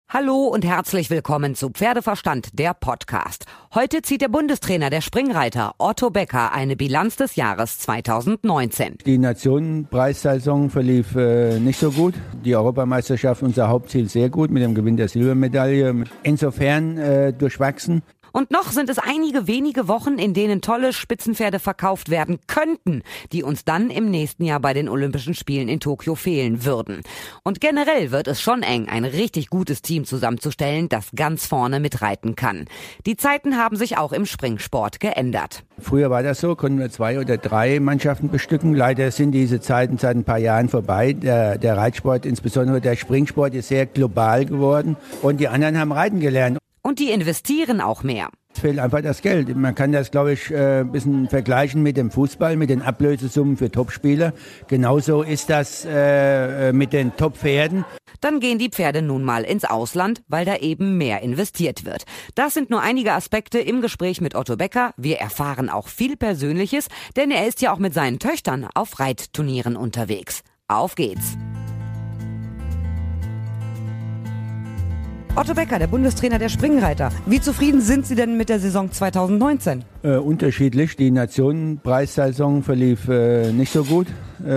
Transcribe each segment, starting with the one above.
Hallo und herzlich willkommen zu Pferdeverstand, der Podcast. Heute zieht der Bundestrainer der Springreiter, Otto Becker, eine Bilanz des Jahres 2019. Die Nationenpreissaison verlief nicht so gut. Die Europameisterschaft, unser Hauptziel, sehr gut mit dem Gewinn der Silbermedaille. Insofern durchwachsen. Und noch sind es einige wenige Wochen, in denen tolle Spitzenpferde verkauft werden könnten, die uns dann im nächsten Jahr bei den Olympischen Spielen in Tokio fehlen würden. Und generell wird es schon eng, ein richtig gutes Team zusammenzustellen, das ganz vorne mitreiten kann. Die Zeiten haben sich auch im Springsport geändert. Früher war das so, konnten wir 2 oder 3 Mannschaften bestücken. Leider sind diese Zeiten seit ein paar Jahren vorbei. Der Reitsport, insbesondere der Springsport, ist sehr global geworden und die anderen haben reiten gelernt. Und die investieren auch mehr. Es fehlt einfach das Geld. Man kann das, glaube ich, ein bisschen vergleichen mit dem Fußball, mit den Ablösesummen für Topspieler. Genauso ist das mit den Top-Pferden. Dann gehen die Pferde nun mal ins Ausland, weil da eben mehr investiert wird. Das sind nur einige Aspekte im Gespräch mit Otto Becker. Wir erfahren auch viel Persönliches, denn er ist ja auch mit seinen Töchtern auf Reitturnieren unterwegs. Auf geht's! Otto Becker, der Bundestrainer der Springreiter. Wie zufrieden sind Sie denn mit der Saison 2019? Unterschiedlich. Die Nationenpreissaison verlief nicht so gut.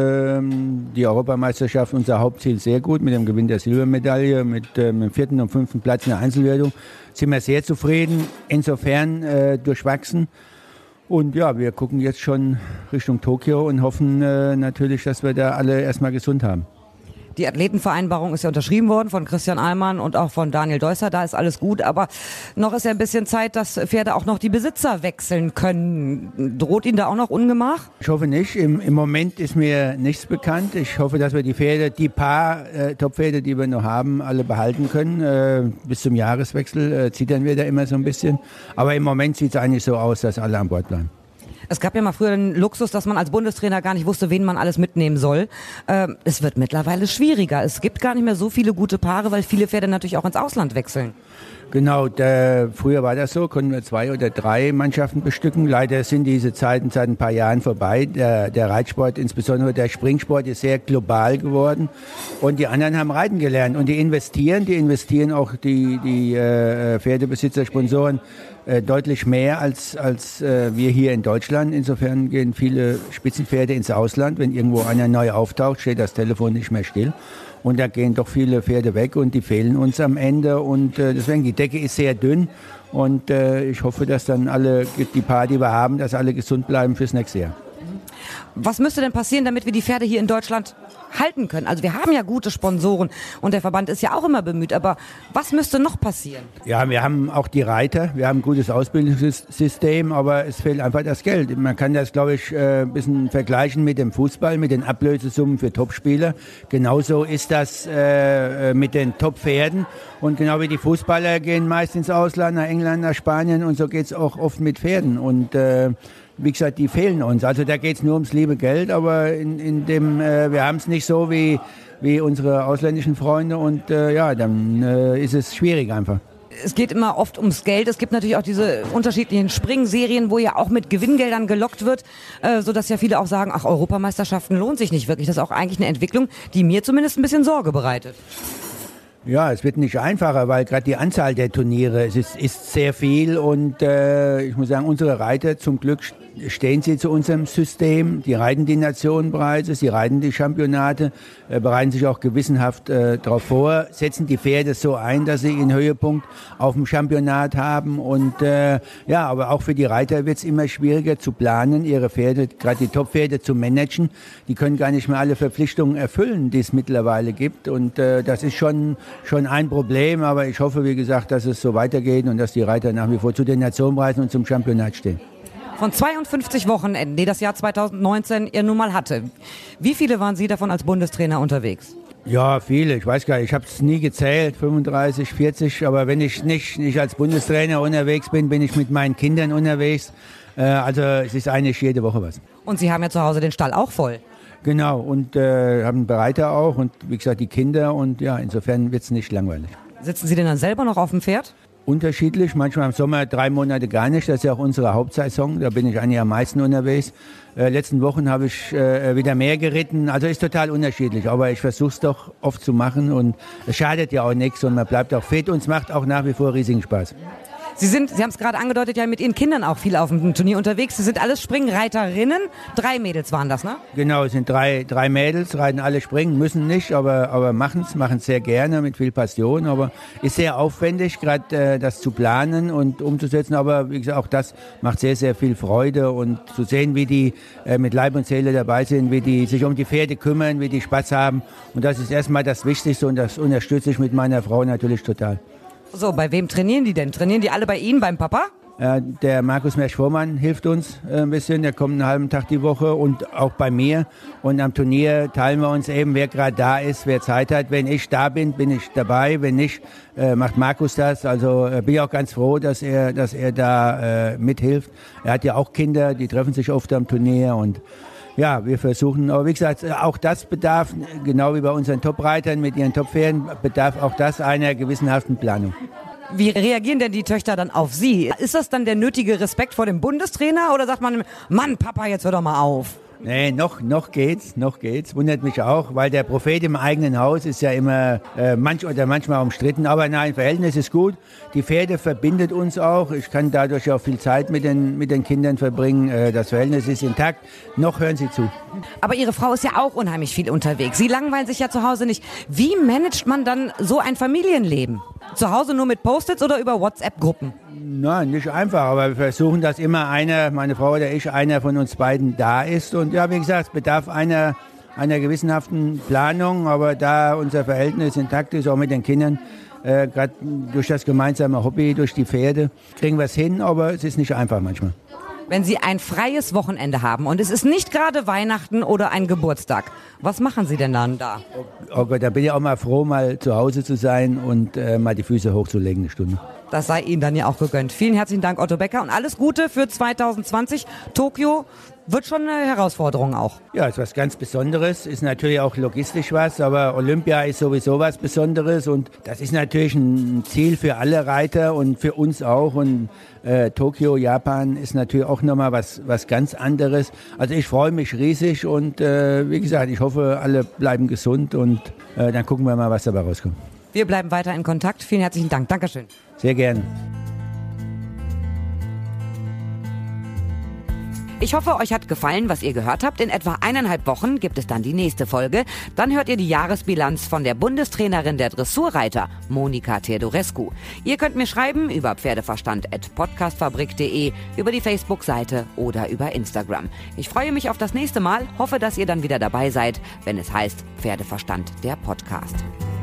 Die Europameisterschaft, unser Hauptziel, sehr gut mit dem Gewinn der Silbermedaille. Mit dem 4. und 5. Platz in der Einzelwertung sind wir sehr zufrieden. Insofern durchwachsen. Und ja, wir gucken jetzt schon Richtung Tokio und hoffen natürlich, dass wir da alle erstmal gesund haben. Die Athletenvereinbarung ist ja unterschrieben worden von Christian Ahlmann und auch von Daniel Deusser. Da ist alles gut, aber noch ist ja ein bisschen Zeit, dass Pferde auch noch die Besitzer wechseln können. Droht Ihnen da auch noch Ungemach? Ich hoffe nicht. Im Moment ist mir nichts bekannt. Ich hoffe, dass wir die Pferde, die paar Top-Pferde, die wir noch haben, alle behalten können. Bis zum Jahreswechsel zittern wir da immer so ein bisschen. Aber im Moment sieht es eigentlich so aus, dass alle an Bord bleiben. Es gab ja mal früher den Luxus, dass man als Bundestrainer gar nicht wusste, wen man alles mitnehmen soll. Es wird mittlerweile schwieriger. Es gibt gar nicht mehr so viele gute Paare, weil viele Pferde natürlich auch ins Ausland wechseln. Genau, früher war das so, konnten wir 2 oder 3 Mannschaften bestücken. Leider sind diese Zeiten seit ein paar Jahren vorbei. Der Reitsport, insbesondere der Springsport, ist sehr global geworden und die anderen haben reiten gelernt und die investieren auch die Pferdebesitzer, Sponsoren deutlich mehr als wir hier in Deutschland. Insofern gehen viele Spitzenpferde ins Ausland. Wenn irgendwo einer neu auftaucht, steht das Telefon nicht mehr still. Und da gehen doch viele Pferde weg und die fehlen uns am Ende. Und deswegen, die Decke ist sehr dünn. Und ich hoffe, dass dann alle, die paar, die wir haben, dass alle gesund bleiben fürs nächste Jahr. Was müsste denn passieren, damit wir die Pferde hier in Deutschland halten können? Also wir haben ja gute Sponsoren und der Verband ist ja auch immer bemüht, aber was müsste noch passieren? Ja, wir haben auch die Reiter, wir haben ein gutes Ausbildungssystem, aber es fehlt einfach das Geld. Man kann das, glaube ich, ein bisschen vergleichen mit dem Fußball, mit den Ablösesummen für Topspieler. Genauso ist das mit den Top-Pferden und genau wie die Fußballer gehen meist ins Ausland, nach England, nach Spanien und so geht es auch oft mit Pferden und wie gesagt, die fehlen uns. Also da geht es nur ums liebe Geld, aber wir haben es nicht so wie unsere ausländischen Freunde und dann ist es schwierig einfach. Es geht immer oft ums Geld. Es gibt natürlich auch diese unterschiedlichen Springserien, wo ja auch mit Gewinngeldern gelockt wird, sodass ja viele auch sagen, ach, Europameisterschaften lohnt sich nicht wirklich. Das ist auch eigentlich eine Entwicklung, die mir zumindest ein bisschen Sorge bereitet. Ja, es wird nicht einfacher, weil gerade die Anzahl der Turniere ist sehr viel und ich muss sagen, unsere Reiter zum Glück stehen sie zu unserem System. Die reiten die Nationenpreise, sie reiten die Championate, bereiten sich auch gewissenhaft darauf vor, setzen die Pferde so ein, dass sie ihren Höhepunkt auf dem Championat haben und aber auch für die Reiter wird es immer schwieriger zu planen, ihre Pferde, gerade die Top-Pferde zu managen. Die können gar nicht mehr alle Verpflichtungen erfüllen, die es mittlerweile gibt und das ist schon ein Problem, aber ich hoffe, wie gesagt, dass es so weitergeht und dass die Reiter nach wie vor zu den Nationenpreisen und zum Championat stehen. Von 52 Wochenenden, die das Jahr 2019 ihr nun mal hatte, wie viele waren Sie davon als Bundestrainer unterwegs? Ja, viele. Ich weiß gar nicht, ich habe es nie gezählt, 35, 40, aber wenn ich nicht als Bundestrainer unterwegs bin, bin ich mit meinen Kindern unterwegs. Also es ist eigentlich jede Woche was. Und Sie haben ja zu Hause den Stall auch voll. Genau, und haben einen Bereiter auch und wie gesagt die Kinder und ja, insofern wird es nicht langweilig. Sitzen Sie denn dann selber noch auf dem Pferd? unterschiedlich. Manchmal im Sommer 3 Monate gar nicht. Das ist ja auch unsere Hauptsaison. Da bin ich eigentlich am meisten unterwegs. Letzten Wochen habe ich wieder mehr geritten. Also ist total unterschiedlich. Aber ich versuche es doch oft zu machen. Und es schadet ja auch nichts. Und man bleibt auch fit. Und es macht auch nach wie vor riesigen Spaß. Sie haben es gerade angedeutet, ja mit Ihren Kindern auch viel auf dem Turnier unterwegs. Sie sind alles Springreiterinnen. 3 Mädels waren das, ne? Genau, es sind drei Mädels, reiten alle Springen, müssen nicht, aber machen es sehr gerne, mit viel Passion. Aber ist sehr aufwendig, gerade das zu planen und umzusetzen. Aber wie gesagt, auch das macht sehr, sehr viel Freude. Und zu sehen, wie die mit Leib und Seele dabei sind, wie die sich um die Pferde kümmern, wie die Spaß haben. Und das ist erstmal das Wichtigste und das unterstütze ich mit meiner Frau natürlich total. So, bei wem trainieren die denn? Trainieren die alle bei Ihnen, beim Papa? Der Markus Mersch-Vormann hilft uns ein bisschen, der kommt einen halben Tag die Woche und auch bei mir. Und am Turnier teilen wir uns eben, wer gerade da ist, wer Zeit hat. Wenn ich da bin, bin ich dabei. Wenn nicht, macht Markus das. Also bin ich auch ganz froh, dass er da mithilft. Er hat ja auch Kinder, die treffen sich oft am Turnier und ja, wir versuchen, aber wie gesagt, auch das bedarf, genau wie bei unseren Top-Reitern mit ihren Top-Pferden, bedarf auch das einer gewissenhaften Planung. Wie reagieren denn die Töchter dann auf Sie? Ist das dann der nötige Respekt vor dem Bundestrainer oder sagt man, Mann, Papa, jetzt hör doch mal auf? Nee, noch geht's. Wundert mich auch, weil der Prophet im eigenen Haus ist ja immer manchmal umstritten. Aber nein, Verhältnis ist gut. Die Pferde verbindet uns auch. Ich kann dadurch auch viel Zeit mit den Kindern verbringen. Das Verhältnis ist intakt. Noch hören sie zu. Aber Ihre Frau ist ja auch unheimlich viel unterwegs. Sie langweilen sich ja zu Hause nicht. Wie managt man dann so ein Familienleben? Zu Hause nur mit Post-its oder über WhatsApp-Gruppen? Nein, nicht einfach, aber wir versuchen, dass immer meine Frau oder ich, einer von uns beiden da ist. Und ja, wie gesagt, es bedarf einer gewissenhaften Planung, aber da unser Verhältnis intakt ist, auch mit den Kindern, gerade durch das gemeinsame Hobby, durch die Pferde, kriegen wir es hin, aber es ist nicht einfach manchmal. Wenn Sie ein freies Wochenende haben und es ist nicht gerade Weihnachten oder ein Geburtstag, was machen Sie denn dann da? Oh Gott, da bin ich auch mal froh, mal zu Hause zu sein und mal die Füße hochzulegen eine Stunde. Das sei Ihnen dann ja auch gegönnt. Vielen herzlichen Dank, Otto Becker, und alles Gute für 2020. Tokio wird schon eine Herausforderung auch. Ja, ist was ganz Besonderes, ist natürlich auch logistisch was, aber Olympia ist sowieso was Besonderes und das ist natürlich ein Ziel für alle Reiter und für uns auch und Tokio, Japan ist natürlich auch nochmal was ganz anderes. Also ich freue mich riesig und wie gesagt, ich hoffe, alle bleiben gesund und dann gucken wir mal, was dabei rauskommt. Wir bleiben weiter in Kontakt. Vielen herzlichen Dank. Dankeschön. Sehr gerne. Ich hoffe, euch hat gefallen, was ihr gehört habt. In etwa 1,5 Wochen gibt es dann die nächste Folge. Dann hört ihr die Jahresbilanz von der Bundestrainerin der Dressurreiter, Monika Teodorescu. Ihr könnt mir schreiben über pferdeverstand@podcastfabrik.de, über die Facebook-Seite oder über Instagram. Ich freue mich auf das nächste Mal, hoffe, dass ihr dann wieder dabei seid, wenn es heißt Pferdeverstand, der Podcast.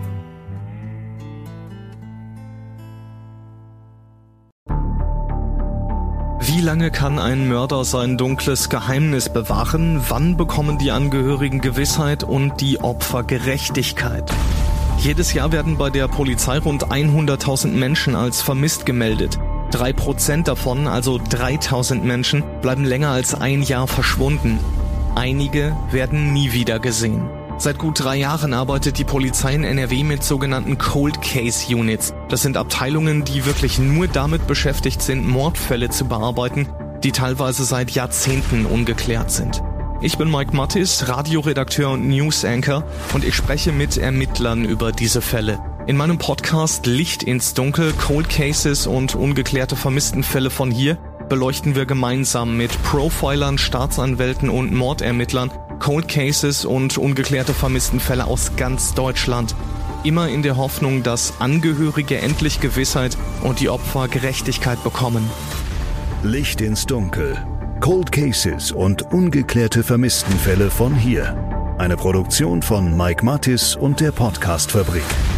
Wie lange kann ein Mörder sein dunkles Geheimnis bewahren? Wann bekommen die Angehörigen Gewissheit und die Opfer Gerechtigkeit? Jedes Jahr werden bei der Polizei rund 100.000 Menschen als vermisst gemeldet. 3% davon, also 3.000 Menschen, bleiben länger als 1 Jahr verschwunden. Einige werden nie wieder gesehen. Seit gut 3 Jahren arbeitet die Polizei in NRW mit sogenannten Cold Case Units. Das sind Abteilungen, die wirklich nur damit beschäftigt sind, Mordfälle zu bearbeiten, die teilweise seit Jahrzehnten ungeklärt sind. Ich bin Mike Mattis, Radioredakteur und News Anchor, und ich spreche mit Ermittlern über diese Fälle. In meinem Podcast Licht ins Dunkel, Cold Cases und ungeklärte Vermisstenfälle von hier beleuchten wir gemeinsam mit Profilern, Staatsanwälten und Mordermittlern Cold Cases und ungeklärte Vermisstenfälle aus ganz Deutschland. Immer in der Hoffnung, dass Angehörige endlich Gewissheit und die Opfer Gerechtigkeit bekommen. Licht ins Dunkel. Cold Cases und ungeklärte Vermisstenfälle von hier. Eine Produktion von Mike Mattis und der Podcastfabrik.